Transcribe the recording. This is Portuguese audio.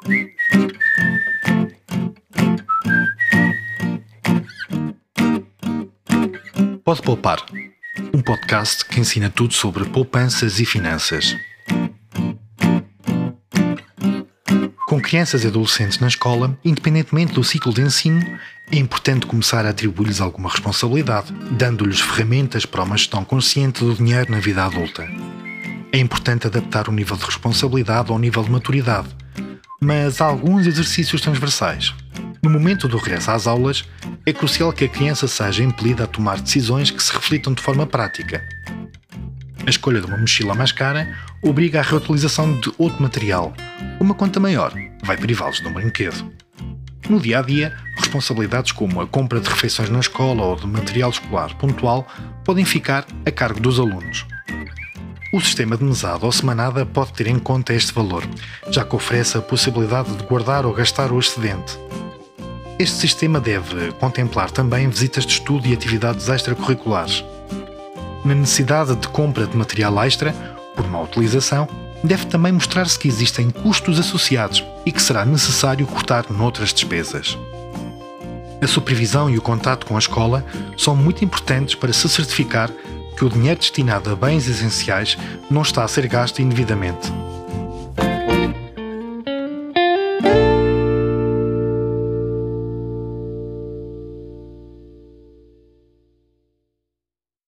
Pode Poupar, um podcast que ensina tudo sobre poupanças e finanças. Com crianças e adolescentes na escola, independentemente do ciclo de ensino, é importante começar a atribuir-lhes alguma responsabilidade, dando-lhes ferramentas para uma gestão consciente do dinheiro na vida adulta. É importante adaptar o nível de responsabilidade ao nível de maturidade, mas há alguns exercícios transversais. No momento do regresso às aulas, é crucial que a criança seja impelida a tomar decisões que se reflitam de forma prática. A escolha de uma mochila mais cara obriga à reutilização de outro material. Uma conta maior vai privá-los de um brinquedo. No dia-a-dia, responsabilidades como a compra de refeições na escola ou de material escolar pontual podem ficar a cargo dos alunos. O sistema de mesada ou semanada pode ter em conta este valor, já que oferece a possibilidade de guardar ou gastar o excedente. Este sistema deve contemplar também visitas de estudo e atividades extracurriculares. Na necessidade de compra de material extra, por má utilização, deve também mostrar-se que existem custos associados e que será necessário cortar noutras despesas. A supervisão e o contato com a escola são muito importantes para se certificar que o dinheiro destinado a bens essenciais não está a ser gasto indevidamente.